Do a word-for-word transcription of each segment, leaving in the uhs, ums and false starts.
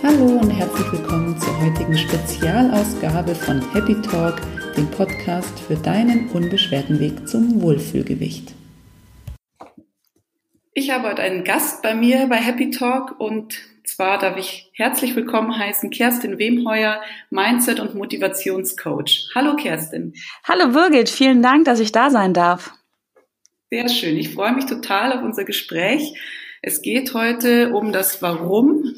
Hallo und herzlich willkommen zur heutigen Spezialausgabe von Happy Talk, dem Podcast für deinen unbeschwerten Weg zum Wohlfühlgewicht. Ich habe heute einen Gast bei mir bei Happy Talk und zwar darf ich herzlich willkommen heißen Kerstin Wemheuer, Mindset- und Motivationscoach. Hallo Kerstin. Hallo Birgit, vielen Dank, dass ich da sein darf. Sehr schön, ich freue mich total auf unser Gespräch. Es geht heute um das Warum,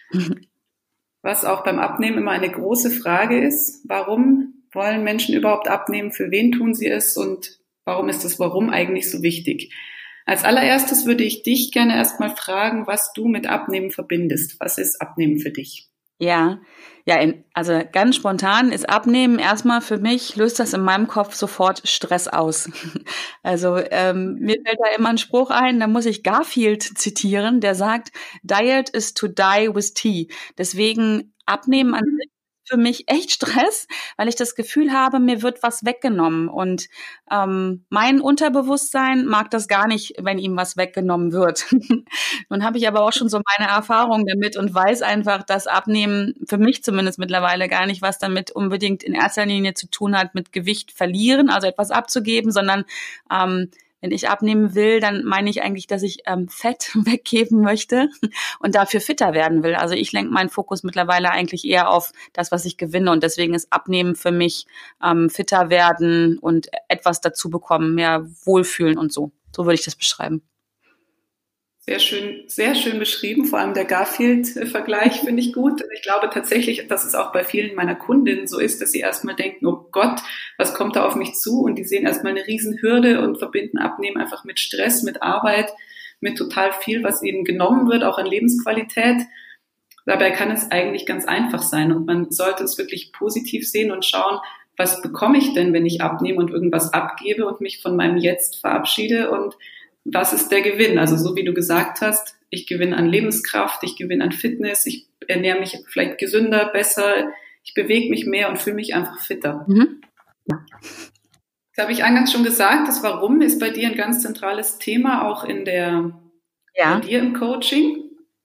was auch beim Abnehmen immer eine große Frage ist. Warum wollen Menschen überhaupt abnehmen? Für wen tun sie es? Und warum ist das Warum eigentlich so wichtig? Als allererstes würde ich dich gerne erstmal fragen, was du mit Abnehmen verbindest. Was ist Abnehmen für dich? Ja, ja, in, also ganz spontan ist Abnehmen erstmal für mich, löst das in meinem Kopf sofort Stress aus. Also ähm, mir fällt da immer ein Spruch ein, da muss ich Garfield zitieren, der sagt, Diet is to die with tea. Deswegen Abnehmen an sich für mich echt Stress, weil ich das Gefühl habe, mir wird was weggenommen. Und ähm, mein Unterbewusstsein mag das gar nicht, wenn ihm was weggenommen wird. Nun habe ich aber auch schon so meine Erfahrung damit und weiß einfach, dass Abnehmen für mich zumindest mittlerweile gar nicht was damit unbedingt in erster Linie zu tun hat, mit Gewicht verlieren, also etwas abzugeben, sondern ähm, wenn ich abnehmen will, dann meine ich eigentlich, dass ich ähm, Fett weggeben möchte und dafür fitter werden will. Also ich lenke meinen Fokus mittlerweile eigentlich eher auf das, was ich gewinne. Und deswegen ist Abnehmen für mich ähm, fitter werden und etwas dazu bekommen, mehr Wohlfühlen und so. So würde ich das beschreiben. Sehr schön, sehr schön beschrieben. Vor allem der Garfield-Vergleich finde ich gut. Ich glaube tatsächlich, dass es auch bei vielen meiner Kundinnen so ist, dass sie erstmal denken, oh Gott, was kommt da auf mich zu? Und die sehen erstmal eine Riesenhürde und verbinden Abnehmen einfach mit Stress, mit Arbeit, mit total viel, was ihnen genommen wird, auch an Lebensqualität. Dabei kann es eigentlich ganz einfach sein und man sollte es wirklich positiv sehen und schauen, was bekomme ich denn, wenn ich abnehme und irgendwas abgebe und mich von meinem Jetzt verabschiede und was ist der Gewinn? Also so wie du gesagt hast, ich gewinne an Lebenskraft, ich gewinne an Fitness, ich ernähre mich vielleicht gesünder, besser, ich bewege mich mehr und fühle mich einfach fitter. Mhm. Ja. Das habe ich eingangs schon gesagt, das Warum ist bei dir ein ganz zentrales Thema, auch in der, ja. bei dir im Coaching.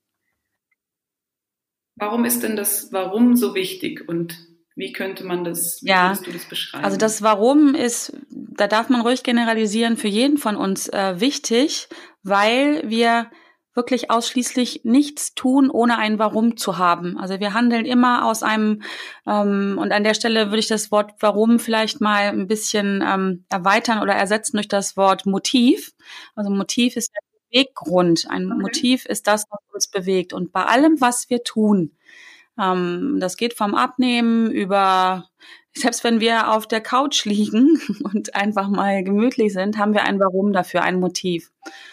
Warum ist denn das Warum so wichtig und wie könnte man das, wie ja, würdest du das beschreiben? Also das Warum ist, da darf man ruhig generalisieren, für jeden von uns äh, wichtig, weil wir wirklich ausschließlich nichts tun, ohne ein Warum zu haben. Also wir handeln immer aus einem, ähm, und an der Stelle würde ich das Wort Warum vielleicht mal ein bisschen ähm, erweitern oder ersetzen durch das Wort Motiv. Also Motiv ist der Beweggrund. Ein okay. Motiv ist das, was uns bewegt. Und bei allem, was wir tun, das geht vom Abnehmen über, selbst wenn wir auf der Couch liegen und einfach mal gemütlich sind, haben wir ein Warum dafür, ein Motiv.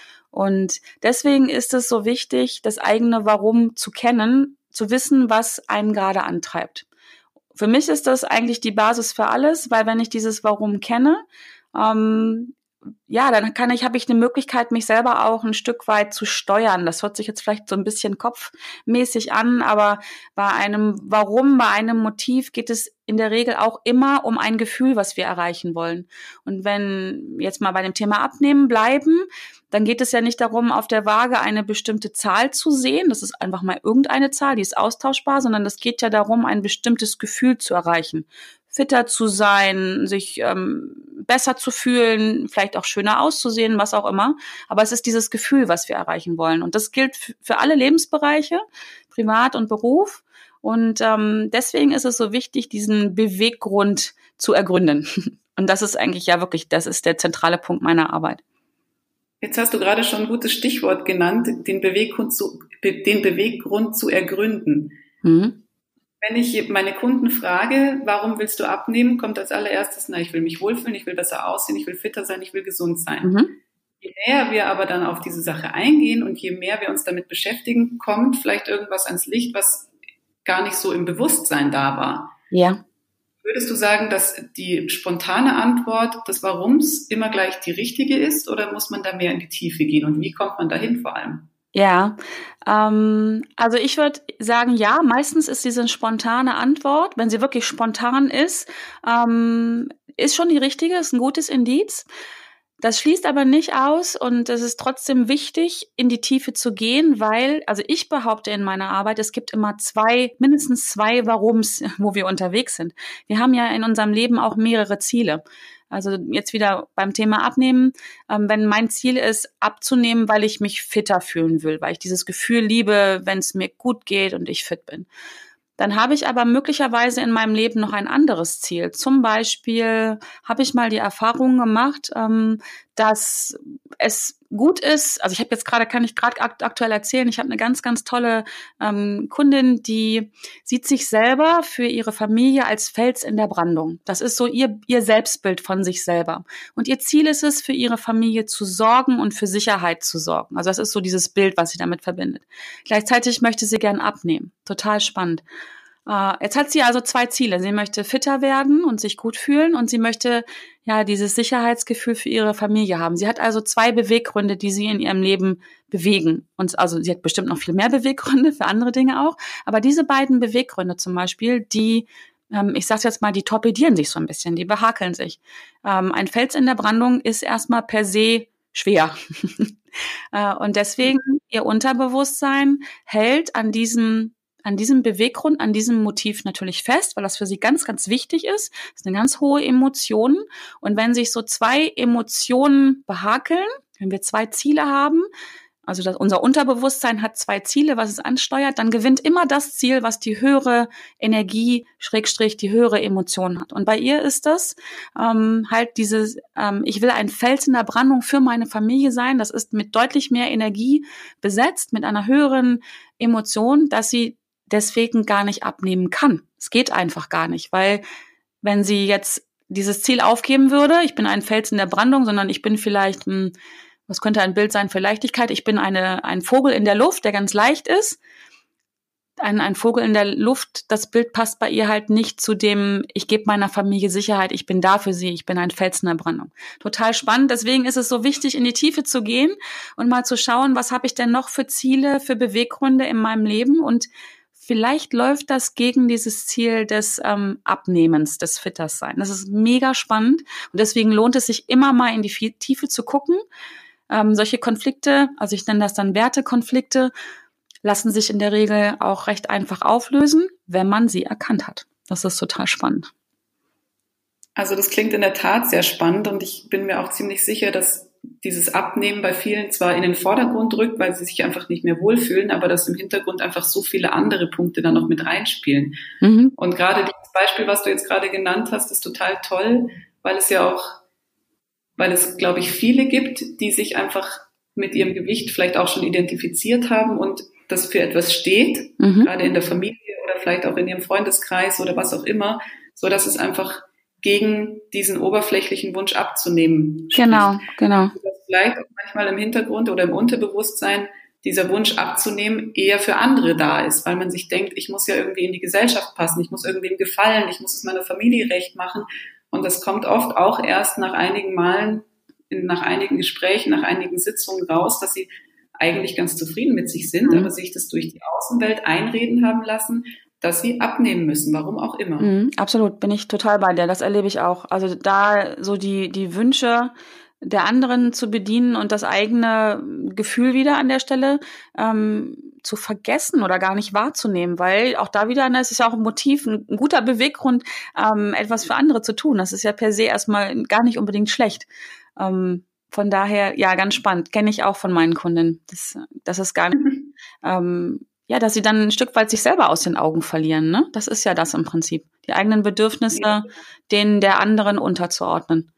Und deswegen ist es so wichtig, das eigene Warum zu kennen, zu wissen, was einen gerade antreibt. Für mich ist das eigentlich die Basis für alles, weil wenn ich dieses Warum kenne, ähm, ja, dann kann ich, habe ich eine Möglichkeit, mich selber auch ein Stück weit zu steuern. Das hört sich jetzt vielleicht so ein bisschen kopfmäßig an, aber bei einem Warum, bei einem Motiv geht es in der Regel auch immer um ein Gefühl, was wir erreichen wollen. Und wenn jetzt mal bei dem Thema Abnehmen bleiben, dann geht es ja nicht darum, auf der Waage eine bestimmte Zahl zu sehen. Das ist einfach mal irgendeine Zahl, die ist austauschbar, sondern es geht ja darum, ein bestimmtes Gefühl zu erreichen. Fitter zu sein, sich ähm, besser zu fühlen, vielleicht auch schöner auszusehen, was auch immer. Aber es ist dieses Gefühl, was wir erreichen wollen. Und das gilt f- für alle Lebensbereiche, Privat und Beruf. Und ähm, deswegen ist es so wichtig, diesen Beweggrund zu ergründen. Und das ist eigentlich ja wirklich, das ist der zentrale Punkt meiner Arbeit. Jetzt hast du gerade schon ein gutes Stichwort genannt, den Beweggrund zu, den Beweggrund zu ergründen. Mhm. Wenn ich meine Kunden frage, warum willst du abnehmen, kommt als allererstes, na, ich will mich wohlfühlen, ich will besser aussehen, ich will fitter sein, ich will gesund sein. Mhm. Je näher wir aber dann auf diese Sache eingehen und je mehr wir uns damit beschäftigen, kommt vielleicht irgendwas ans Licht, was gar nicht so im Bewusstsein da war. Ja. Würdest du sagen, dass die spontane Antwort des Warums immer gleich die richtige ist oder muss man da mehr in die Tiefe gehen und wie kommt man dahin vor allem? Ja, ähm, also ich würde sagen, ja, meistens ist diese spontane Antwort, wenn sie wirklich spontan ist, ähm, ist schon die richtige, ist ein gutes Indiz. Das schließt aber nicht aus und es ist trotzdem wichtig, in die Tiefe zu gehen, weil, also ich behaupte in meiner Arbeit, es gibt immer zwei, mindestens zwei Warums, wo wir unterwegs sind. Wir haben ja in unserem Leben auch mehrere Ziele. Also jetzt wieder beim Thema Abnehmen. Ähm, wenn mein Ziel ist, abzunehmen, weil ich mich fitter fühlen will, weil ich dieses Gefühl liebe, wenn es mir gut geht und ich fit bin. Dann habe ich aber möglicherweise in meinem Leben noch ein anderes Ziel. Zum Beispiel habe ich mal die Erfahrung gemacht, ähm, dass es gut ist, also ich habe jetzt gerade, kann ich gerade aktuell erzählen, ich habe eine ganz, ganz tolle ähm, Kundin, die sieht sich selber für ihre Familie als Fels in der Brandung. Das ist so ihr, ihr Selbstbild von sich selber. Und ihr Ziel ist es, für ihre Familie zu sorgen und für Sicherheit zu sorgen. Also das ist so dieses Bild, was sie damit verbindet. Gleichzeitig möchte sie gern abnehmen. Total spannend. Jetzt hat sie also zwei Ziele. Sie möchte fitter werden und sich gut fühlen und sie möchte ja dieses Sicherheitsgefühl für ihre Familie haben. Sie hat also zwei Beweggründe, die sie in ihrem Leben bewegen. Und also sie hat bestimmt noch viel mehr Beweggründe für andere Dinge auch. Aber diese beiden Beweggründe zum Beispiel, die, ähm, ich sage jetzt mal, die torpedieren sich so ein bisschen, die behakeln sich. Ähm, ein Fels in der Brandung ist erstmal per se schwer. äh, und deswegen ihr Unterbewusstsein hält an diesem an diesem Beweggrund, an diesem Motiv natürlich fest, weil das für sie ganz, ganz wichtig ist. Das ist eine ganz hohe Emotion. Und wenn sich so zwei Emotionen behakeln, wenn wir zwei Ziele haben, also das, unser Unterbewusstsein hat zwei Ziele, was es ansteuert, dann gewinnt immer das Ziel, was die höhere Energie, Schrägstrich, die höhere Emotion hat. Und bei ihr ist das ähm, halt dieses, ähm, ich will ein Fels in der Brandung für meine Familie sein. Das ist mit deutlich mehr Energie besetzt, mit einer höheren Emotion, dass sie deswegen gar nicht abnehmen kann. Es geht einfach gar nicht, weil wenn sie jetzt dieses Ziel aufgeben würde, ich bin ein Fels in der Brandung, sondern ich bin vielleicht, hm, was könnte ein Bild sein für Leichtigkeit? Ich bin eine ein Vogel in der Luft, der ganz leicht ist. Ein, ein Vogel in der Luft, das Bild passt bei ihr halt nicht zu dem, ich gebe meiner Familie Sicherheit, ich bin da für sie, ich bin ein Fels in der Brandung. Total spannend, deswegen ist es so wichtig, in die Tiefe zu gehen und mal zu schauen, was habe ich denn noch für Ziele, für Beweggründe in meinem Leben und vielleicht läuft das gegen dieses Ziel des ähm, Abnehmens, des Fitterseins. Das ist mega spannend und deswegen lohnt es sich immer mal in die Tiefe zu gucken. Ähm, solche Konflikte, also ich nenne das dann Wertekonflikte, lassen sich in der Regel auch recht einfach auflösen, wenn man sie erkannt hat. Das ist total spannend. Also das klingt in der Tat sehr spannend und ich bin mir auch ziemlich sicher, dass dieses Abnehmen bei vielen zwar in den Vordergrund rückt, weil sie sich einfach nicht mehr wohlfühlen, aber dass im Hintergrund einfach so viele andere Punkte dann noch mit reinspielen. Mhm. Und gerade das Beispiel, was du jetzt gerade genannt hast, ist total toll, weil es ja auch, weil es, glaube ich, viele gibt, die sich einfach mit ihrem Gewicht vielleicht auch schon identifiziert haben und das für etwas steht, mhm. gerade in der Familie oder vielleicht auch in ihrem Freundeskreis oder was auch immer, so dass es einfach gegen diesen oberflächlichen Wunsch abzunehmen spricht. Genau, genau. Dass vielleicht auch manchmal im Hintergrund oder im Unterbewusstsein dieser Wunsch abzunehmen eher für andere da ist, weil man sich denkt, ich muss ja irgendwie in die Gesellschaft passen, ich muss irgendwem gefallen, ich muss es meiner Familie recht machen. Und das kommt oft auch erst nach einigen Malen, nach einigen Gesprächen, nach einigen Sitzungen raus, dass sie eigentlich ganz zufrieden mit sich sind, mhm. aber sich das durch die Außenwelt einreden haben lassen, dass sie abnehmen müssen, warum auch immer. Mhm, absolut, bin ich total bei dir, das erlebe ich auch. Also da so die die Wünsche der anderen zu bedienen und das eigene Gefühl wieder an der Stelle ähm, zu vergessen oder gar nicht wahrzunehmen, weil auch da wieder, das ist ja auch ein Motiv, ein, ein guter Beweggrund, ähm, etwas für andere zu tun. Das ist ja per se erstmal gar nicht unbedingt schlecht. Ähm, von daher, ja, ganz spannend, kenne ich auch von meinen Kunden. Das, das ist gar nicht... ähm, ja, dass sie dann ein Stück weit sich selber aus den Augen verlieren, ne? Das ist ja das im Prinzip. Die eigenen Bedürfnisse, ja. denen der anderen unterzuordnen.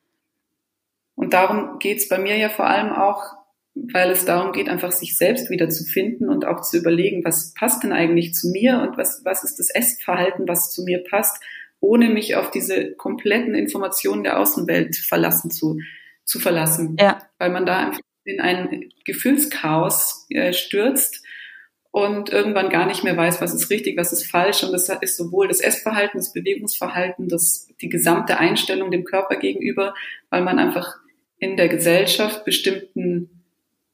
Und darum geht's bei mir ja vor allem auch, weil es darum geht, einfach sich selbst wieder zu finden und auch zu überlegen, was passt denn eigentlich zu mir und was, was ist das Essverhalten, was zu mir passt, ohne mich auf diese kompletten Informationen der Außenwelt verlassen zu, zu verlassen. Ja. Weil man da einfach in ein Gefühlschaos äh, stürzt und irgendwann gar nicht mehr weiß, was ist richtig, was ist falsch. Und das ist sowohl das Essverhalten, das Bewegungsverhalten, das, die gesamte Einstellung dem Körper gegenüber, weil man einfach in der Gesellschaft bestimmten,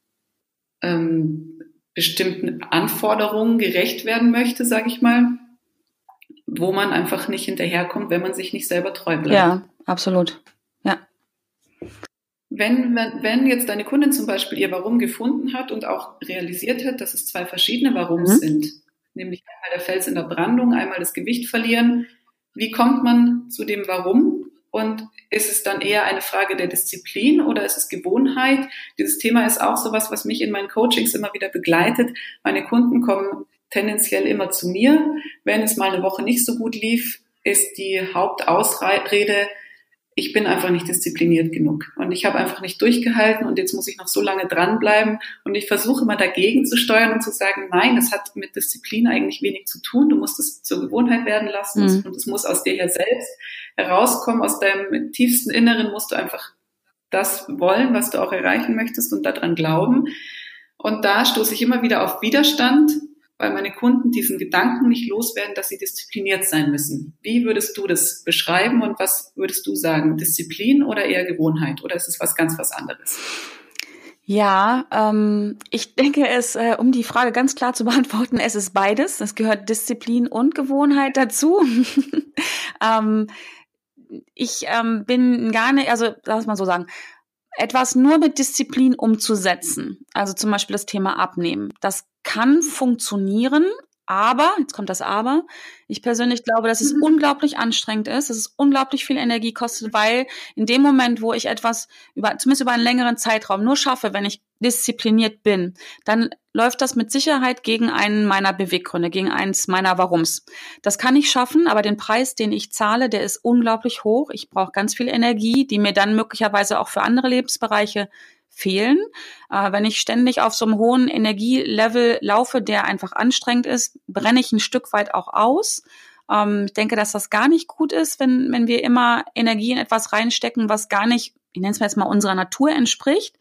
ähm, bestimmten Anforderungen gerecht werden möchte, sage ich mal, wo man einfach nicht hinterherkommt, wenn man sich nicht selber treu bleibt. Ja, absolut. Ja. wenn, wenn, wenn jetzt deine Kundin zum Beispiel ihr Warum gefunden hat und auch realisiert hat, dass es zwei verschiedene Warums mhm. sind, nämlich einmal der Fels in der Brandung, einmal das Gewicht verlieren, wie kommt man zu dem Warum? Und ist es dann eher eine Frage der Disziplin oder ist es Gewohnheit? Dieses Thema ist auch sowas, was mich in meinen Coachings immer wieder begleitet. Meine Kunden kommen tendenziell immer zu mir. Wenn es mal eine Woche nicht so gut lief, ist die Hauptausrede, ich bin einfach nicht diszipliniert genug. Und ich habe einfach nicht durchgehalten und jetzt muss ich noch so lange dranbleiben. Und ich versuche immer dagegen zu steuern und zu sagen, nein, das hat mit Disziplin eigentlich wenig zu tun. Du musst es zur Gewohnheit werden lassen mhm. und es muss aus dir ja selbst herauskommen. Aus deinem tiefsten Inneren musst du einfach das wollen, was du auch erreichen möchtest und daran glauben. Und da stoße ich immer wieder auf Widerstand, weil meine Kunden diesen Gedanken nicht loswerden, dass sie diszipliniert sein müssen. Wie würdest du das beschreiben und was würdest du sagen? Disziplin oder eher Gewohnheit? Oder ist es was ganz was anderes? Ja, ähm, ich denke es, äh, um die Frage ganz klar zu beantworten, es ist beides. Es gehört Disziplin und Gewohnheit dazu. ähm, ich ähm, bin gar nicht, also lass mal so sagen, etwas nur mit Disziplin umzusetzen, also zum Beispiel das Thema Abnehmen, das kann funktionieren, aber, jetzt kommt das Aber, ich persönlich glaube, dass es mhm. unglaublich anstrengend ist, dass es unglaublich viel Energie kostet, weil in dem Moment, wo ich etwas, über, zumindest über einen längeren Zeitraum nur schaffe, wenn ich diszipliniert bin, dann läuft das mit Sicherheit gegen einen meiner Beweggründe, gegen eins meiner Warums. Das kann ich schaffen, aber den Preis, den ich zahle, der ist unglaublich hoch. Ich brauche ganz viel Energie, die mir dann möglicherweise auch für andere Lebensbereiche fehlen. Äh, wenn ich ständig auf so einem hohen Energielevel laufe, der einfach anstrengend ist, brenne ich ein Stück weit auch aus. Ähm, ich denke, dass das gar nicht gut ist, wenn, wenn wir immer Energie in etwas reinstecken, was gar nicht, ich nenne es mal jetzt mal unserer Natur entspricht.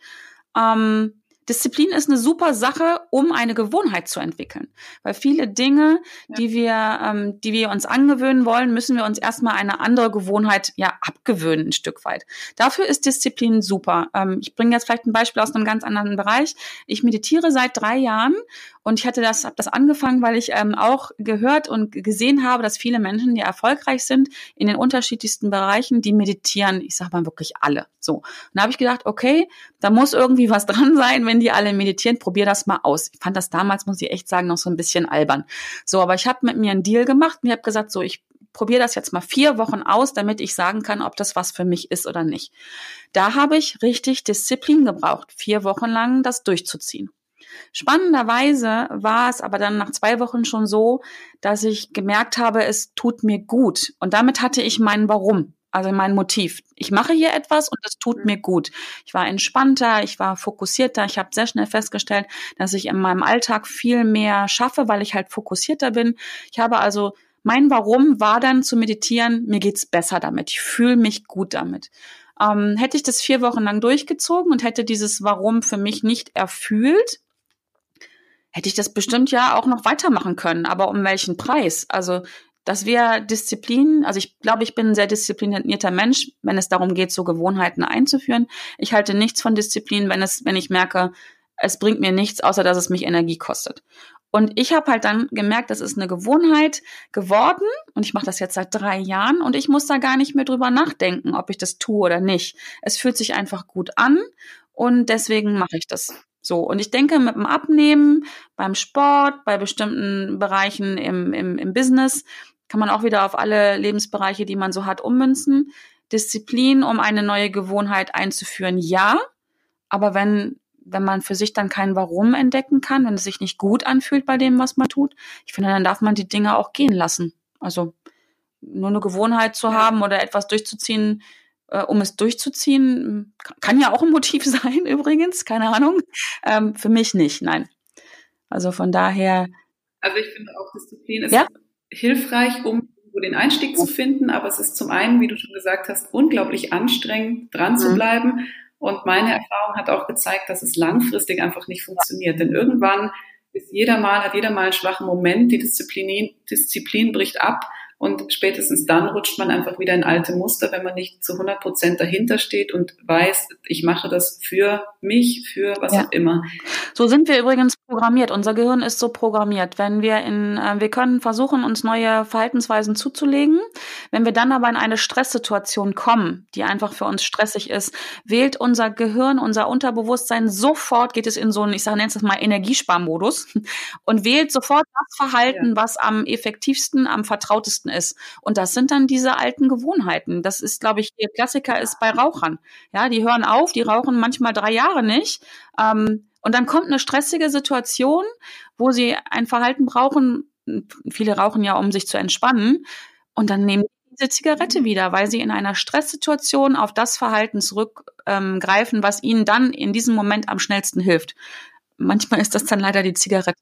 Ähm, Disziplin ist eine super Sache, um eine Gewohnheit zu entwickeln. Weil viele Dinge, ja. die wir, ähm, die wir uns angewöhnen wollen, müssen wir uns erstmal eine andere Gewohnheit ja abgewöhnen, ein Stück weit. Dafür ist Disziplin super. Ähm, ich bringe jetzt vielleicht ein Beispiel aus einem ganz anderen Bereich. Ich meditiere seit drei Jahren und ich hatte das, habe das angefangen, weil ich ähm, auch gehört und gesehen habe, dass viele Menschen, die erfolgreich sind in den unterschiedlichsten Bereichen, die meditieren, ich sag mal wirklich alle. So. Und da habe ich gedacht, okay, da muss irgendwie was dran sein, wenn die alle meditieren, probier das mal aus. Ich fand das damals, muss ich echt sagen, noch so ein bisschen albern. So, aber ich habe mit mir einen Deal gemacht und ich habe gesagt, so, ich probiere das jetzt mal vier Wochen aus, damit ich sagen kann, ob das was für mich ist oder nicht. Da habe ich richtig Disziplin gebraucht, vier Wochen lang das durchzuziehen. Spannenderweise war es aber dann nach zwei Wochen schon so, dass ich gemerkt habe, es tut mir gut. Und damit hatte ich mein Warum, also mein Motiv. Ich mache hier etwas und es tut mir gut. Ich war entspannter, ich war fokussierter. Ich habe sehr schnell festgestellt, dass ich in meinem Alltag viel mehr schaffe, weil ich halt fokussierter bin. Ich habe also, mein Warum war dann zu meditieren, mir geht's besser damit. Ich fühle mich gut damit. Ähm, hätte ich das vier Wochen lang durchgezogen und hätte dieses Warum für mich nicht erfüllt, hätte ich das bestimmt ja auch noch weitermachen können, aber um welchen Preis? Also, dass wir Disziplin, also ich glaube, ich bin ein sehr disziplinierter Mensch, wenn es darum geht, so Gewohnheiten einzuführen. Ich halte nichts von Disziplin, wenn es, wenn ich merke, es bringt mir nichts, außer dass es mich Energie kostet. Und ich habe halt dann gemerkt, das ist eine Gewohnheit geworden und ich mache das jetzt seit drei Jahren und ich muss da gar nicht mehr drüber nachdenken, ob ich das tue oder nicht. Es fühlt sich einfach gut an und deswegen mache ich das. So, und ich denke, mit dem Abnehmen, beim Sport, bei bestimmten Bereichen im, im, im Business, kann man auch wieder auf alle Lebensbereiche, die man so hat, ummünzen. Disziplin, um eine neue Gewohnheit einzuführen, ja. Aber wenn, wenn man für sich dann kein Warum entdecken kann, wenn es sich nicht gut anfühlt bei dem, was man tut, ich finde, dann darf man die Dinge auch gehen lassen. Also nur eine Gewohnheit zu haben oder etwas durchzuziehen, Äh, um es durchzuziehen, kann ja auch ein Motiv sein übrigens, keine Ahnung. Ähm, für mich nicht, nein. Also von daher. Also ich finde auch, Disziplin ist ja? hilfreich, um den Einstieg zu finden, aber es ist zum einen, wie du schon gesagt hast, unglaublich anstrengend, dran mhm. zu bleiben. Und meine Erfahrung hat auch gezeigt, dass es langfristig einfach nicht funktioniert. Denn irgendwann ist jeder mal, hat jeder mal einen schwachen Moment, die Disziplin, Disziplin bricht ab Und spätestens dann rutscht man einfach wieder in alte Muster, wenn man nicht zu hundert Prozent dahinter steht und weiß, ich mache das für mich, für was ja. auch immer. So sind wir übrigens programmiert. Unser Gehirn ist so programmiert. Wenn wir in, äh, wir können versuchen, uns neue Verhaltensweisen zuzulegen. Wenn wir dann aber in eine Stresssituation kommen, die einfach für uns stressig ist, wählt unser Gehirn, unser Unterbewusstsein sofort, geht es in so einen, ich sage, nenne es das mal Energiesparmodus und wählt sofort das Verhalten, ja. was am effektivsten, am vertrautesten ist. Und das sind dann diese alten Gewohnheiten. Das ist, glaube ich, der Klassiker ist bei Rauchern. Ja, die hören auf, die rauchen manchmal drei Jahre nicht. Ähm, und dann kommt eine stressige Situation, wo sie ein Verhalten brauchen. Viele rauchen ja, um sich zu entspannen. Und dann nehmen die diese Zigarette wieder, weil sie in einer Stresssituation auf das Verhalten zurückgreifen, ähm, was ihnen dann in diesem Moment am schnellsten hilft. Manchmal ist das dann leider die Zigarette.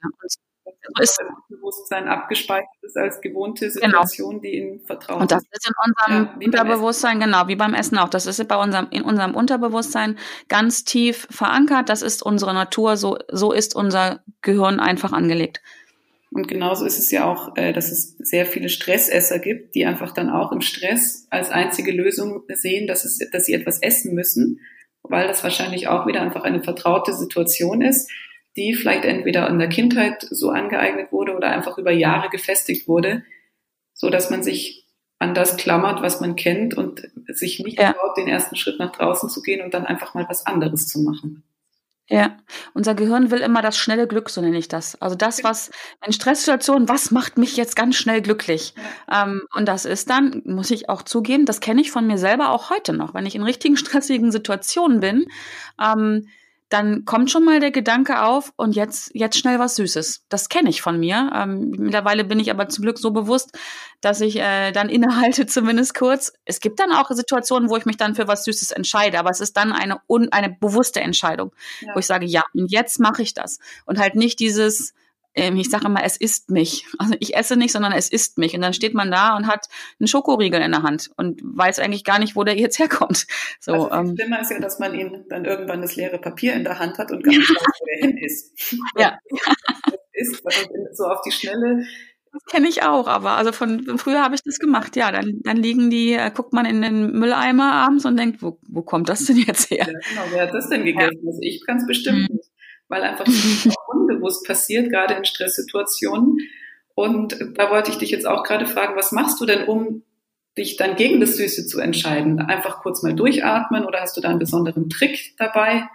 So ist das Bewusstsein abgespeichert ist als gewohnte Situation, genau. die Ihnen vertraut ist. Und das ist in unserem ja, Unterbewusstsein, genau, wie beim Essen auch. Das ist bei unserem, in unserem Unterbewusstsein ganz tief verankert. Das ist unsere Natur. So, so ist unser Gehirn einfach angelegt. Und genauso ist es ja auch, dass es sehr viele Stressesser gibt, die einfach dann auch im Stress als einzige Lösung sehen, dass es, dass sie etwas essen müssen, weil das wahrscheinlich auch wieder einfach eine vertraute Situation ist, die vielleicht entweder in der Kindheit so angeeignet wurde oder einfach über Jahre gefestigt wurde, so dass man sich an das klammert, was man kennt und sich nicht ja. traut, den ersten Schritt nach draußen zu gehen und dann einfach mal was anderes zu machen. Ja, unser Gehirn will immer das schnelle Glück, so nenne ich das. Also das, was in Stresssituationen, was macht mich jetzt ganz schnell glücklich? Ja. Ähm, und das ist dann, muss ich auch zugeben, das kenne ich von mir selber auch heute noch. Wenn ich in richtigen stressigen Situationen bin, ähm, dann kommt schon mal der Gedanke auf und jetzt jetzt schnell was Süßes. Das kenne ich von mir. Ähm, mittlerweile bin ich aber zum Glück so bewusst, dass ich äh, dann innehalte zumindest kurz. Es gibt dann auch Situationen, wo ich mich dann für was Süßes entscheide, aber es ist dann eine un, eine bewusste Entscheidung, ja. wo ich sage, ja, und jetzt mache ich das. Und halt nicht dieses, ähm, ich sage immer, es isst mich. Also ich esse nicht, sondern es isst mich. Und dann steht man da und hat einen Schokoriegel in der Hand und weiß eigentlich gar nicht, wo der jetzt herkommt. So, also viel ähm, schlimmer ist ja, dass man ihn dann irgendwann das leere Papier in der Hand hat und gar nicht weiß, wo der hin ist. Ja. Das ist, weil man so auf die Schnelle. Das kenne ich auch, aber also von früher habe ich das gemacht. Ja, dann dann liegen die, äh, guckt man in den Mülleimer abends und denkt, wo wo kommt das denn jetzt her? Ja, genau, wer hat das denn gegessen? Ja. Also ich kann es bestimmt mhm. nicht, weil einfach auch unbewusst passiert, gerade in Stresssituationen. Und da wollte ich dich jetzt auch gerade fragen, was machst du denn, um dich dann gegen das Süße zu entscheiden? Einfach kurz mal durchatmen oder hast du da einen besonderen Trick dabei?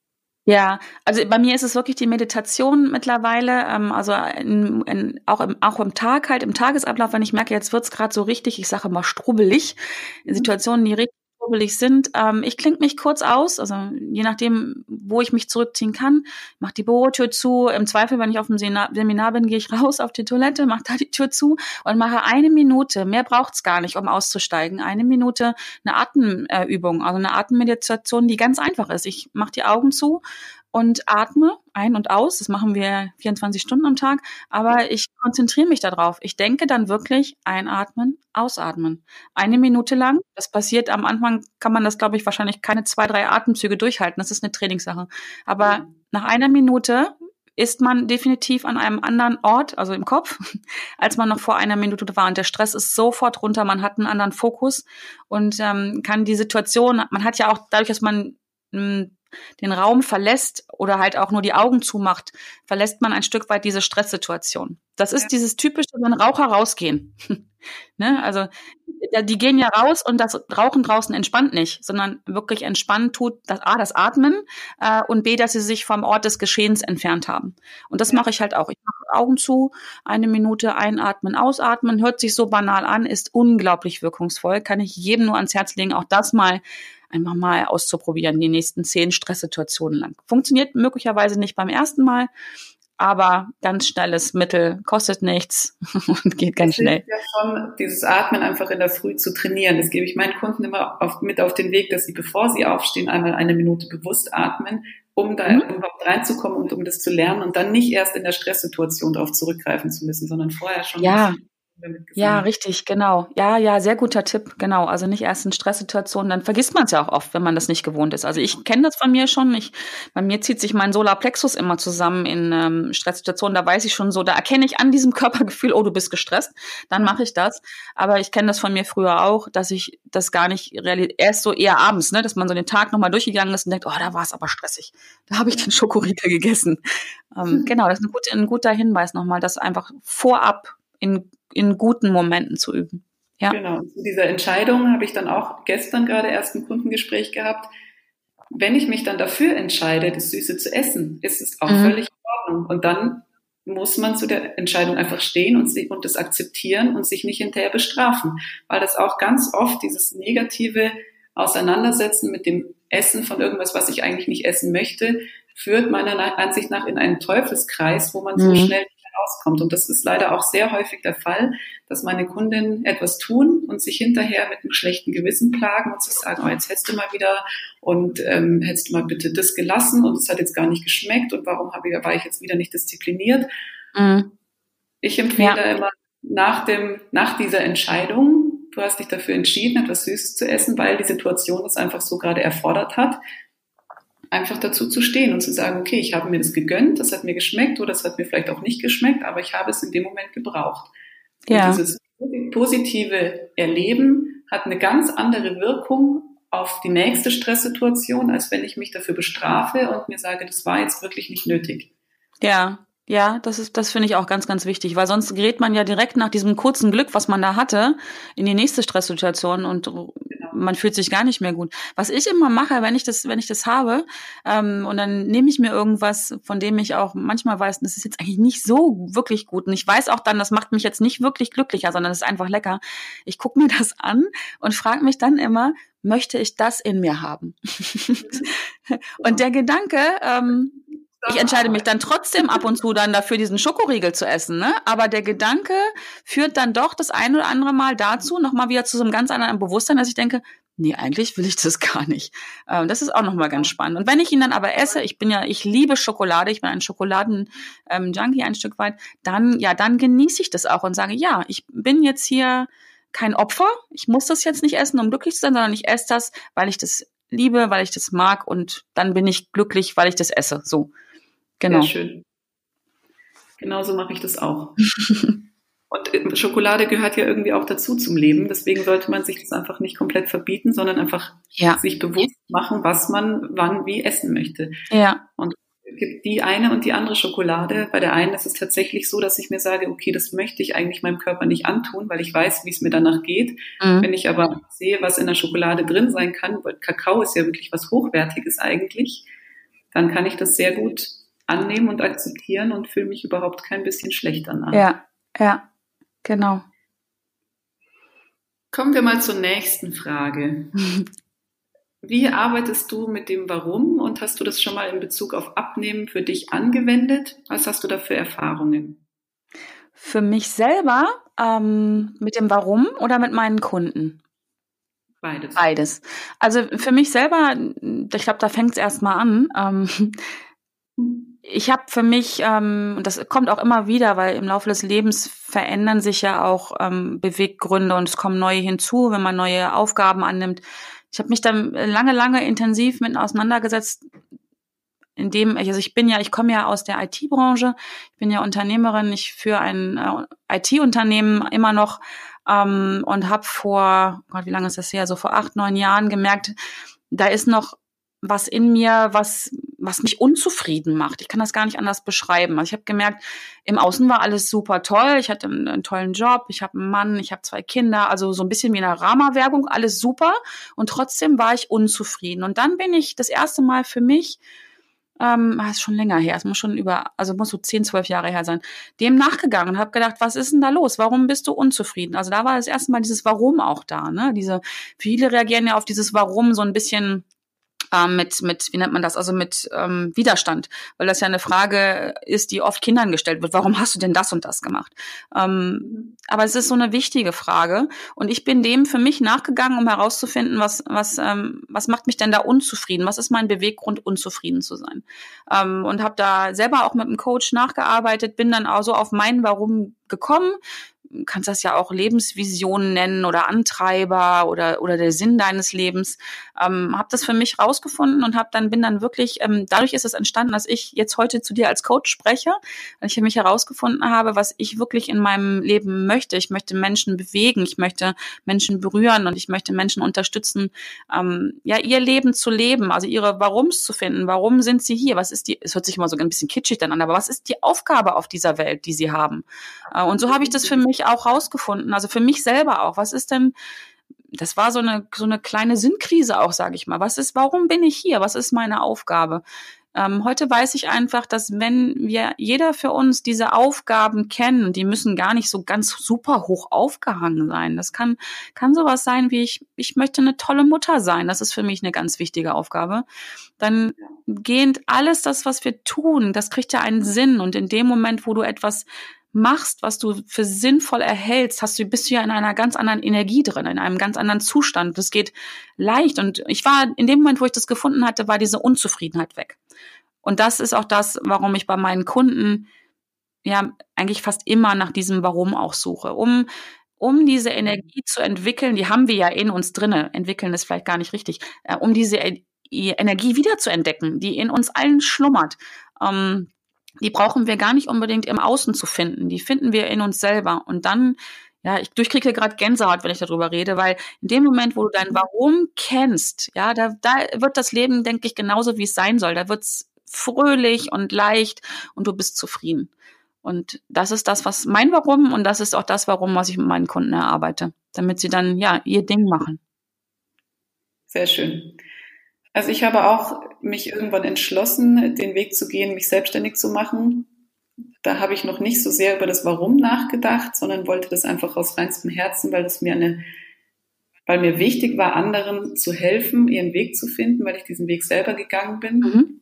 Ja, also bei mir ist es wirklich die Meditation mittlerweile, ähm, also in, in, auch, im, auch im Tag halt, im Tagesablauf, wenn ich merke, jetzt wird's gerade so richtig, ich sage mal strubbelig, in Situationen, die richtig strubbelig sind. Ähm, ich klinke mich kurz aus, also je nachdem, wo ich mich zurückziehen kann, mache die Bürotür zu. Im Zweifel, wenn ich auf dem Seminar bin, gehe ich raus auf die Toilette, mache da die Tür zu und mache eine Minute, mehr braucht's gar nicht, um auszusteigen, eine Minute eine Atemübung, also eine Atemmeditation, die ganz einfach ist. Ich mache die Augen zu und atme ein und aus. Das machen wir vierundzwanzig Stunden am Tag. Aber ich konzentriere mich darauf. Ich denke dann wirklich einatmen, ausatmen. Eine Minute lang. Das passiert am Anfang, kann man das, glaube ich, wahrscheinlich keine zwei, drei Atemzüge durchhalten. Das ist eine Trainingssache. Aber nach einer Minute ist man definitiv an einem anderen Ort, also im Kopf, als man noch vor einer Minute war. Und der Stress ist sofort runter. Man hat einen anderen Fokus und ähm, kann die Situation, man hat ja auch dadurch, dass man mh, den Raum verlässt oder halt auch nur die Augen zumacht, verlässt man ein Stück weit diese Stresssituation. Das ist ja dieses typische, wenn Raucher rausgehen. Ne? Also die gehen ja raus und das Rauchen draußen entspannt nicht, sondern wirklich entspannen tut das A, das Atmen äh, und B, dass sie sich vom Ort des Geschehens entfernt haben. Und das ja. mache ich halt auch. Ich mache Augen zu, eine Minute einatmen, ausatmen, hört sich so banal an, ist unglaublich wirkungsvoll, kann ich jedem nur ans Herz legen, auch das mal einfach mal auszuprobieren, die nächsten zehn Stresssituationen lang. Funktioniert möglicherweise nicht beim ersten Mal, aber ganz schnelles Mittel, kostet nichts und geht ganz schnell. Es ist ja schon, dieses Atmen einfach in der Früh zu trainieren. Das gebe ich meinen Kunden immer auf, mit auf den Weg, dass sie, bevor sie aufstehen, einmal eine Minute bewusst atmen, um da mhm. überhaupt reinzukommen und um das zu lernen und dann nicht erst in der Stresssituation darauf zurückgreifen zu müssen, sondern vorher schon. Ja. damit gesammelt. Ja, richtig, genau. Ja, ja, sehr guter Tipp, genau. Also nicht erst in Stresssituationen, dann vergisst man es ja auch oft, wenn man das nicht gewohnt ist. Also ich kenne das von mir schon. Ich, bei mir zieht sich mein Solarplexus immer zusammen in ähm, Stresssituationen. Da weiß ich schon so, da erkenne ich an diesem Körpergefühl, oh, du bist gestresst. Dann mache ich das. Aber ich kenne das von mir früher auch, dass ich das gar nicht realisiere. Erst so eher abends, ne, dass man so den Tag nochmal durchgegangen ist und denkt, oh, da war es aber stressig. Da habe ich den Schokoriegel gegessen. Ähm, genau, das ist ein, gut, ein guter Hinweis nochmal, das einfach vorab in in guten Momenten zu üben. Ja. Genau. Zu dieser Entscheidung habe ich dann auch gestern gerade erst ein Kundengespräch gehabt. Wenn ich mich dann dafür entscheide, das Süße zu essen, ist es auch mhm. völlig in Ordnung. Und dann muss man zu der Entscheidung einfach stehen und, sich, und das akzeptieren und sich nicht hinterher bestrafen. Weil das auch ganz oft dieses negative Auseinandersetzen mit dem Essen von irgendwas, was ich eigentlich nicht essen möchte, führt meiner Ansicht nach in einen Teufelskreis, wo man mhm. so schnell rauskommt. Und das ist leider auch sehr häufig der Fall, dass meine Kundinnen etwas tun und sich hinterher mit einem schlechten Gewissen plagen und sich sagen, oh, jetzt hättest du mal wieder und ähm, hättest du mal bitte das gelassen und es hat jetzt gar nicht geschmeckt und warum habe ich, war ich jetzt wieder nicht diszipliniert? Mhm. Ich empfehle ja. immer nach dem, nach dieser Entscheidung, du hast dich dafür entschieden, etwas Süßes zu essen, weil die Situation es einfach so gerade erfordert hat, einfach dazu zu stehen und zu sagen, okay, ich habe mir das gegönnt, das hat mir geschmeckt oder das hat mir vielleicht auch nicht geschmeckt, aber ich habe es in dem Moment gebraucht. Ja. Und dieses positive Erleben hat eine ganz andere Wirkung auf die nächste Stresssituation, als wenn ich mich dafür bestrafe und mir sage, das war jetzt wirklich nicht nötig. Ja. Ja, das ist, das finde ich auch ganz, ganz wichtig, weil sonst gerät man ja direkt nach diesem kurzen Glück, was man da hatte, in die nächste Stresssituation und genau. man fühlt sich gar nicht mehr gut. Was ich immer mache, wenn ich das, wenn ich das habe, ähm, und dann nehme ich mir irgendwas, von dem ich auch manchmal weiß, das ist jetzt eigentlich nicht so wirklich gut. Und ich weiß auch dann, das macht mich jetzt nicht wirklich glücklicher, sondern es ist einfach lecker. Ich gucke mir das an und frage mich dann immer, möchte ich das in mir haben? Und der Gedanke, ähm, ich entscheide mich dann trotzdem ab und zu dann dafür, diesen Schokoriegel zu essen, ne? Aber der Gedanke führt dann doch das ein oder andere Mal dazu, nochmal wieder zu so einem ganz anderen Bewusstsein, dass ich denke, nee, eigentlich will ich das gar nicht. Ähm, das ist auch nochmal ganz spannend. Und wenn ich ihn dann aber esse, ich bin ja, ich liebe Schokolade, ich bin ein Schokoladen-Junkie ein Stück weit, dann, ja, dann genieße ich das auch und sage, ja, ich bin jetzt hier kein Opfer, ich muss das jetzt nicht essen, um glücklich zu sein, sondern ich esse das, weil ich das liebe, weil ich das mag und dann bin ich glücklich, weil ich das esse, so. Genau. Sehr schön. Genauso mache ich das auch. Und Schokolade gehört ja irgendwie auch dazu zum Leben. Deswegen sollte man sich das einfach nicht komplett verbieten, sondern einfach ja. sich bewusst machen, was man wann wie essen möchte. Ja. Und es gibt die eine und die andere Schokolade. Bei der einen ist es tatsächlich so, dass ich mir sage, okay, das möchte ich eigentlich meinem Körper nicht antun, weil ich weiß, wie es mir danach geht. Mhm. Wenn ich aber sehe, was in der Schokolade drin sein kann, weil Kakao ist ja wirklich was Hochwertiges eigentlich, dann kann ich das sehr gut annehmen und akzeptieren und fühle mich überhaupt kein bisschen schlechter nach. Ja, ja, genau. Kommen wir mal zur nächsten Frage. Wie arbeitest du mit dem Warum und hast du das schon mal in Bezug auf Abnehmen für dich angewendet? Was hast du da für Erfahrungen? Für mich selber ähm, mit dem Warum oder mit meinen Kunden? Beides. Beides. Also für mich selber, ich glaube, da fängt es erstmal an. Ähm, Ich habe für mich, ähm, und das kommt auch immer wieder, weil im Laufe des Lebens verändern sich ja auch ähm, Beweggründe und es kommen neue hinzu, wenn man neue Aufgaben annimmt. Ich habe mich dann lange, lange intensiv mit auseinandergesetzt, indem, also ich bin ja, ich komme ja aus der I T-Branche, ich bin ja Unternehmerin, ich führe ein äh, I T-Unternehmen immer noch ähm, und habe vor, Gott, wie lange ist das her, so vor acht, neun Jahren gemerkt, da ist noch was in mir, was was mich unzufrieden macht. Ich kann das gar nicht anders beschreiben. Also ich habe gemerkt, im Außen war alles super toll. Ich hatte einen, einen tollen Job, ich habe einen Mann, ich habe zwei Kinder, also so ein bisschen wie eine Rama-Werbung, alles super. Und trotzdem war ich unzufrieden. Und dann bin ich das erste Mal für mich, ähm, das ist schon länger her, es muss schon über, also muss so zehn, zwölf Jahre her sein, dem nachgegangen und habe gedacht, was ist denn da los? Warum bist du unzufrieden? Also da war das erste Mal dieses Warum auch da, ne? Diese, viele reagieren ja auf dieses Warum so ein bisschen Ähm, mit, mit, wie nennt man das, also mit ähm, Widerstand, weil das ja eine Frage ist, die oft Kindern gestellt wird. Warum hast du denn das und das gemacht? Ähm, aber es ist so eine wichtige Frage und ich bin dem für mich nachgegangen, um herauszufinden, was, was, ähm, was macht mich denn da unzufrieden? Was ist mein Beweggrund, unzufrieden zu sein? Ähm, und habe da selber auch mit einem Coach nachgearbeitet, bin dann auch so auf mein Warum gekommen, kannst das ja auch Lebensvision nennen oder Antreiber oder oder der Sinn deines Lebens. Ähm, habe das für mich rausgefunden und habe dann bin dann wirklich ähm, dadurch ist es entstanden, dass ich jetzt heute zu dir als Coach spreche, weil ich für mich herausgefunden habe, was ich wirklich in meinem Leben möchte. Ich möchte Menschen bewegen, ich möchte Menschen berühren und ich möchte Menschen unterstützen, ähm, ja ihr Leben zu leben, also ihre Warums zu finden. Warum sind sie hier? Was ist die? Es hört sich immer so ein bisschen kitschig dann an, aber was ist die Aufgabe auf dieser Welt, die sie haben? Äh, und so habe ich das für mich auch rausgefunden, also für mich selber auch. Was ist denn, das war so eine so eine kleine Sinnkrise auch, sage ich mal. Was ist, warum bin ich hier? Was ist meine Aufgabe? Ähm, heute weiß ich einfach, dass wenn wir jeder für uns diese Aufgaben kennen, die müssen gar nicht so ganz super hoch aufgehangen sein. Das kann kann sowas sein wie ich ich möchte eine tolle Mutter sein. Das ist für mich eine ganz wichtige Aufgabe. Dann gehend alles das, was wir tun, das kriegt ja einen Sinn. Und in dem Moment, wo du etwas machst, was du für sinnvoll erhältst, hast du, bist du ja in einer ganz anderen Energie drin, in einem ganz anderen Zustand. Das geht leicht. Und ich war, in dem Moment, wo ich das gefunden hatte, war diese Unzufriedenheit weg. Und das ist auch das, warum ich bei meinen Kunden ja eigentlich fast immer nach diesem Warum auch suche. Um, um diese Energie zu entwickeln, die haben wir ja in uns drinne. Entwickeln ist vielleicht gar nicht richtig. Äh, um diese e- Energie wieder zu entdecken, die in uns allen schlummert. Ähm, Die brauchen wir gar nicht unbedingt im Außen zu finden. Die finden wir in uns selber. Und dann, ja, ich durchkriege gerade Gänsehaut, wenn ich darüber rede, weil in dem Moment, wo du dein Warum kennst, ja, da, da wird das Leben, denke ich, genauso, wie es sein soll. Da wird's fröhlich und leicht und du bist zufrieden. Und das ist das, was mein Warum und das ist auch das Warum, was ich mit meinen Kunden erarbeite, damit sie dann, ja, ihr Ding machen. Sehr schön. Also ich habe auch mich irgendwann entschlossen, den Weg zu gehen, mich selbstständig zu machen. Da habe ich noch nicht so sehr über das Warum nachgedacht, sondern wollte das einfach aus reinstem Herzen, weil das mir eine, weil mir wichtig war, anderen zu helfen, ihren Weg zu finden, weil ich diesen Weg selber gegangen bin. Mhm.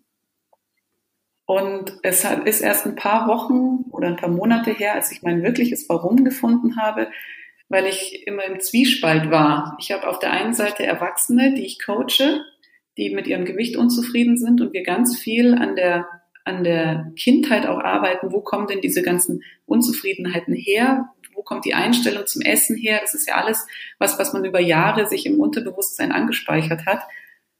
Und es ist erst ein paar Wochen oder ein paar Monate her, als ich mein wirkliches Warum gefunden habe, weil ich immer im Zwiespalt war. Ich habe auf der einen Seite Erwachsene, die ich coache, die mit ihrem Gewicht unzufrieden sind und wir ganz viel an der, an der Kindheit auch arbeiten. Wo kommen denn diese ganzen Unzufriedenheiten her? Wo kommt die Einstellung zum Essen her? Das ist ja alles was, was man über Jahre sich im Unterbewusstsein angespeichert hat.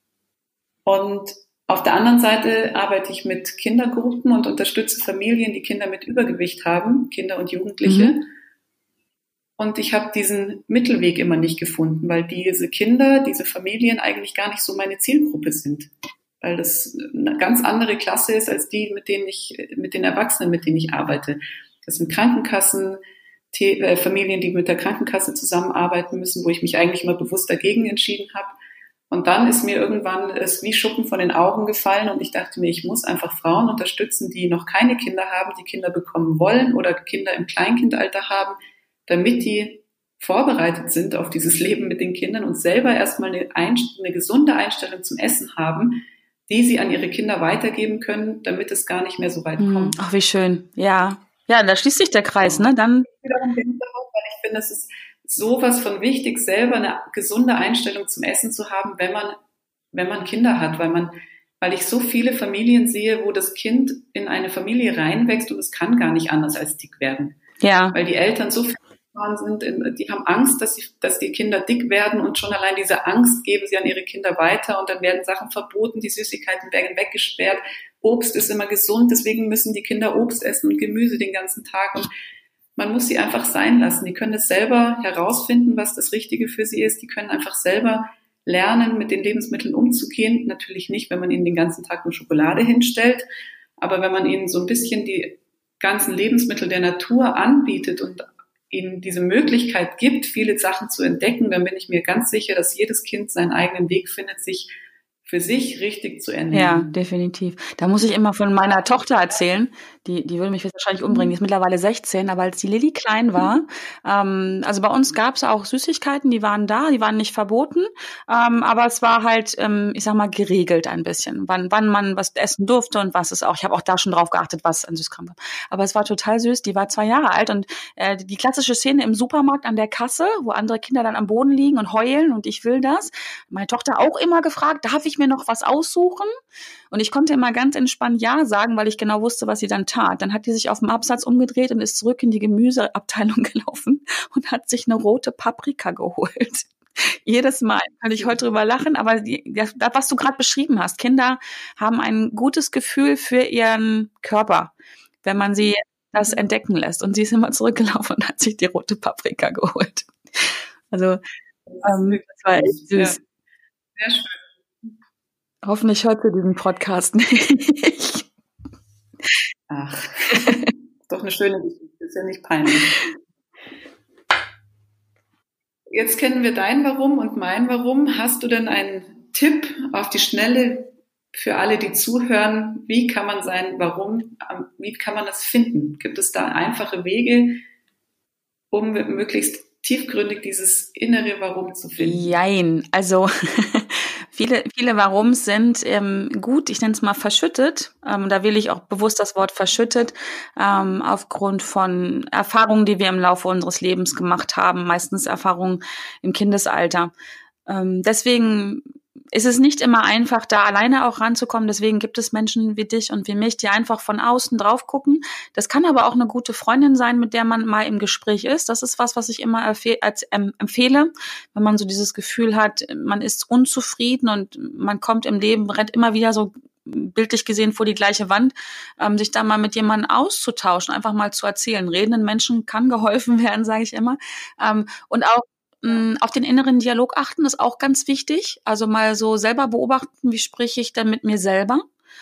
Und auf der anderen Seite arbeite ich mit Kindergruppen und unterstütze Familien, die Kinder mit Übergewicht haben, Kinder und Jugendliche. Mhm. Und ich habe diesen Mittelweg immer nicht gefunden, weil diese Kinder, diese Familien eigentlich gar nicht so meine Zielgruppe sind. Weil das eine ganz andere Klasse ist als die, mit denen ich, mit den Erwachsenen, mit denen ich arbeite. Das sind Krankenkassen, äh, Familien, die mit der Krankenkasse zusammenarbeiten müssen, wo ich mich eigentlich immer bewusst dagegen entschieden habe. Und dann ist mir irgendwann es wie Schuppen von den Augen gefallen und ich dachte mir, ich muss einfach Frauen unterstützen, die noch keine Kinder haben, die Kinder bekommen wollen oder Kinder im Kleinkindalter haben, damit die vorbereitet sind auf dieses Leben mit den Kindern und selber erstmal eine, Einst- eine gesunde Einstellung zum Essen haben, die sie an ihre Kinder weitergeben können, damit es gar nicht mehr so weit kommt. Ach, wie schön. Ja, ja, da schließt sich der Kreis, ne? Dann. Weil ich finde, es ist sowas von wichtig, selber eine gesunde Einstellung zum Essen zu haben, wenn man, wenn man Kinder hat, weil man, weil ich so viele Familien sehe, wo das Kind in eine Familie reinwächst und es kann gar nicht anders als dick werden. Ja. Weil die Eltern so sind, die haben Angst, dass, sie, dass die Kinder dick werden und schon allein diese Angst geben sie an ihre Kinder weiter und dann werden Sachen verboten, die Süßigkeiten werden weggesperrt, Obst ist immer gesund, deswegen müssen die Kinder Obst essen und Gemüse den ganzen Tag und man muss sie einfach sein lassen. Die können es selber herausfinden, was das Richtige für sie ist. Die können einfach selber lernen, mit den Lebensmitteln umzugehen. Natürlich nicht, wenn man ihnen den ganzen Tag nur Schokolade hinstellt, aber wenn man ihnen so ein bisschen die ganzen Lebensmittel der Natur anbietet und ihnen diese Möglichkeit gibt, viele Sachen zu entdecken, dann bin ich mir ganz sicher, dass jedes Kind seinen eigenen Weg findet, sich für sich richtig zu ernähren. Ja, definitiv. Da muss ich immer von meiner Tochter erzählen. Die, die würde mich jetzt wahrscheinlich umbringen. Die ist mittlerweile sechzehn, aber als die Lilly klein war, ähm, also bei uns gab es auch Süßigkeiten, die waren da, die waren nicht verboten, ähm, aber es war halt, ähm, ich sag mal, geregelt ein bisschen, wann, wann man was essen durfte und was es auch. Ich habe auch da schon drauf geachtet, was an Süßkram war. Aber es war total süß. Die war zwei Jahre alt und äh, die klassische Szene im Supermarkt an der Kasse, wo andere Kinder dann am Boden liegen und heulen und ich will das. Meine Tochter auch immer gefragt, darf ich ich mir noch was aussuchen? Und ich konnte immer ganz entspannt Ja sagen, weil ich genau wusste, was sie dann tat. Dann hat die sich auf dem Absatz umgedreht und ist zurück in die Gemüseabteilung gelaufen und hat sich eine rote Paprika geholt. Jedes Mal kann ich heute drüber lachen, aber die, das, was du gerade beschrieben hast, Kinder haben ein gutes Gefühl für ihren Körper, wenn man sie das entdecken lässt. Und sie ist immer zurückgelaufen und hat sich die rote Paprika geholt. Also ähm, das war echt süß. Ja, sehr schön. Hoffentlich hört sie diesen Podcast nicht. Ach, doch eine schöne Geschichte, ist ja nicht peinlich. Jetzt kennen wir dein Warum und mein Warum. Hast du denn einen Tipp auf die Schnelle für alle, die zuhören? Wie kann man sein Warum, wie kann man das finden? Gibt es da einfache Wege, um möglichst tiefgründig dieses innere Warum zu finden? Jein, also viele, viele Warums sind ähm, gut, ich nenne es mal verschüttet. Ähm, da wähle ich auch bewusst das Wort verschüttet, ähm, aufgrund von Erfahrungen, die wir im Laufe unseres Lebens gemacht haben, meistens Erfahrungen im Kindesalter. Ähm, deswegen ist es nicht immer einfach, da alleine auch ranzukommen. Deswegen gibt es Menschen wie dich und wie mich, die einfach von außen drauf gucken. Das kann aber auch eine gute Freundin sein, mit der man mal im Gespräch ist. Das ist was, was ich immer empfehle, wenn man so dieses Gefühl hat, man ist unzufrieden und man kommt im Leben, rennt immer wieder so bildlich gesehen vor die gleiche Wand, ähm, sich da mal mit jemandem auszutauschen, einfach mal zu erzählen. Redenden Menschen kann geholfen werden, sage ich immer. Ähm, und auch auf den inneren Dialog achten ist auch ganz wichtig. Also mal so selber beobachten, wie spreche ich denn mit mir selber?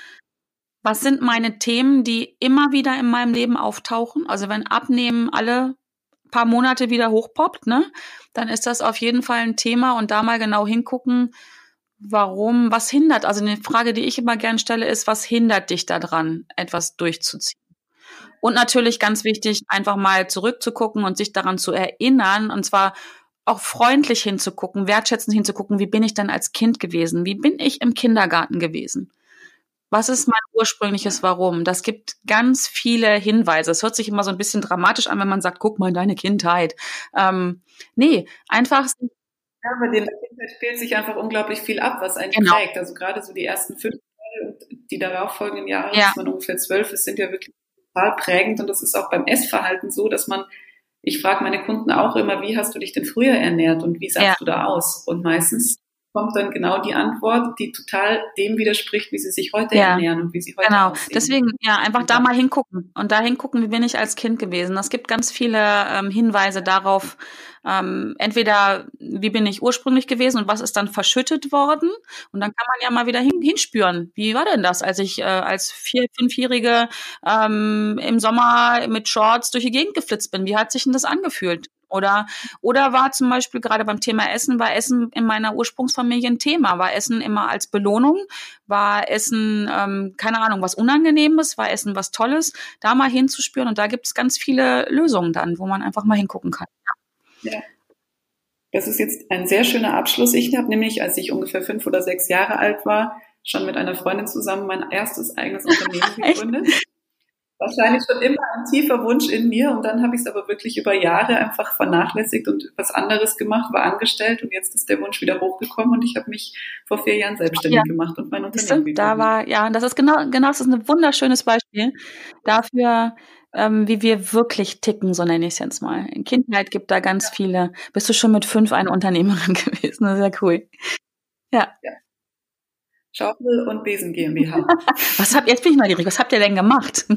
Was sind meine Themen, die immer wieder in meinem Leben auftauchen? Also wenn Abnehmen alle paar Monate wieder hochpoppt, ne, dann ist das auf jeden Fall ein Thema und da mal genau hingucken, warum, was hindert. Also eine Frage, die ich immer gern stelle, ist, was hindert dich daran, etwas durchzuziehen? Und natürlich ganz wichtig, einfach mal zurückzugucken und sich daran zu erinnern, und zwar auch freundlich hinzugucken, wertschätzend hinzugucken, wie bin ich denn als Kind gewesen? Wie bin ich im Kindergarten gewesen? Was ist mein ursprüngliches Warum? Das gibt ganz viele Hinweise. Es hört sich immer so ein bisschen dramatisch an, wenn man sagt, guck mal in deine Kindheit. Ähm, nee, einfach. Ja, bei der Kindheit spielt sich einfach unglaublich viel ab, was einen genau. prägt. Also gerade so die ersten fünf Jahre und die darauffolgenden Jahre, Ja. bis man ungefähr zwölf ist, sind ja wirklich total prägend. Und das ist auch beim Essverhalten so, dass man Ich frage meine Kunden auch immer, wie hast du dich denn früher ernährt und wie sahst Ja. du da aus? Und meistens kommt dann genau die Antwort, die total dem widerspricht, wie sie sich heute Ja. ernähren und wie sie heute Genau. aussehen. Deswegen, ja, einfach Und da da- mal hingucken und da hingucken, wie bin ich als Kind gewesen. Es gibt ganz viele ähm, Hinweise darauf, ähm, entweder wie bin ich ursprünglich gewesen und was ist dann verschüttet worden. Und dann kann man ja mal wieder hin, hinspüren. Wie war denn das, als ich äh, als Vier-, Fünfjährige ähm, im Sommer mit Shorts durch die Gegend geflitzt bin? Wie hat sich denn das angefühlt? Oder, oder war zum Beispiel gerade beim Thema Essen, war Essen in meiner Ursprungsfamilie ein Thema? War Essen immer als Belohnung? War Essen, ähm, keine Ahnung, was Unangenehmes? War Essen was Tolles? Da mal hinzuspüren und da gibt es ganz viele Lösungen dann, wo man einfach mal hingucken kann. Ja. Das ist jetzt ein sehr schöner Abschluss. Ich habe nämlich, als ich ungefähr fünf oder sechs Jahre alt war, schon mit einer Freundin zusammen mein erstes eigenes Unternehmen gegründet. Wahrscheinlich schon immer ein tiefer Wunsch in mir und dann habe ich es aber wirklich über Jahre einfach vernachlässigt und was anderes gemacht, war angestellt und jetzt ist der Wunsch wieder hochgekommen und ich habe mich vor vier Jahren selbstständig Ja. gemacht und mein Siehst du, Unternehmen da gegründet. war, ja, das ist genau, genau, das ist ein wunderschönes Beispiel dafür, ähm, wie wir wirklich ticken, so nenne ich es jetzt mal. In Kindheit gibt da ganz viele. Bist du schon mit fünf eine Unternehmerin gewesen? Das ist ja cool. Ja. Schaufel und Besen GmbH. Was habt, jetzt bin ich neugierig, was habt ihr denn gemacht?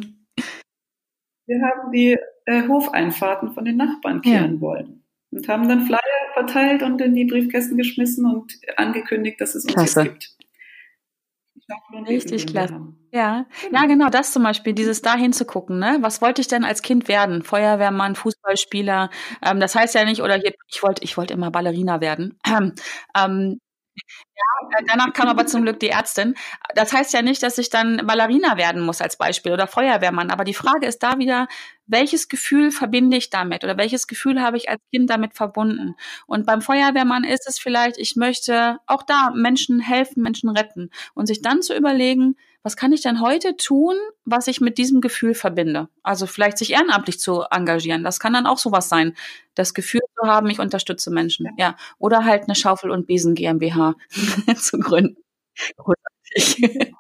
Wir haben die äh, Hofeinfahrten von den Nachbarn kehren Ja. wollen und haben dann Flyer verteilt und in die Briefkästen geschmissen und angekündigt, dass es uns Klasse. jetzt gibt. Schaufel und Besen Richtig GmbH. klasse. Ja, ja, genau, das zum Beispiel, dieses da hinzugucken, ne? Was wollte ich denn als Kind werden? Feuerwehrmann, Fußballspieler, ähm, das heißt ja nicht, oder hier, ich wollte, ich wollte immer Ballerina werden. Ähm, ähm, ja, danach kam aber zum Glück die Ärztin. Das heißt ja nicht, dass ich dann Ballerina werden muss als Beispiel oder Feuerwehrmann. Aber die Frage ist da wieder, welches Gefühl verbinde ich damit oder welches Gefühl habe ich als Kind damit verbunden? Und beim Feuerwehrmann ist es vielleicht, ich möchte auch da Menschen helfen, Menschen retten und sich dann zu überlegen, was kann ich denn heute tun, was ich mit diesem Gefühl verbinde? Also vielleicht sich ehrenamtlich zu engagieren. Das kann dann auch sowas sein. Das Gefühl zu haben, ich unterstütze Menschen. Ja. Oder halt eine Schaufel- und Besen GmbH zu gründen. Großartig.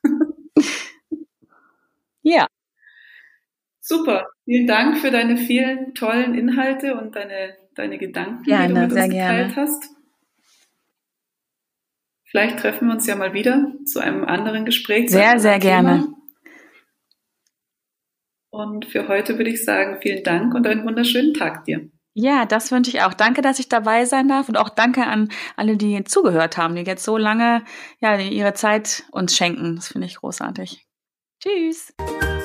Ja. Super. Vielen Dank für deine vielen tollen Inhalte und deine, deine Gedanken, Gerne, die du mit sehr uns geteilt gerne. hast. Vielleicht treffen wir uns ja mal wieder zu einem anderen Gespräch. Zu einem Sehr, sehr anderen Thema. gerne. Und für heute würde ich sagen, vielen Dank und einen wunderschönen Tag dir. Ja, das wünsche ich auch. Danke, dass ich dabei sein darf und auch danke an alle, die zugehört haben, die jetzt so lange ja, ihre Zeit uns schenken. Das finde ich großartig. Tschüss.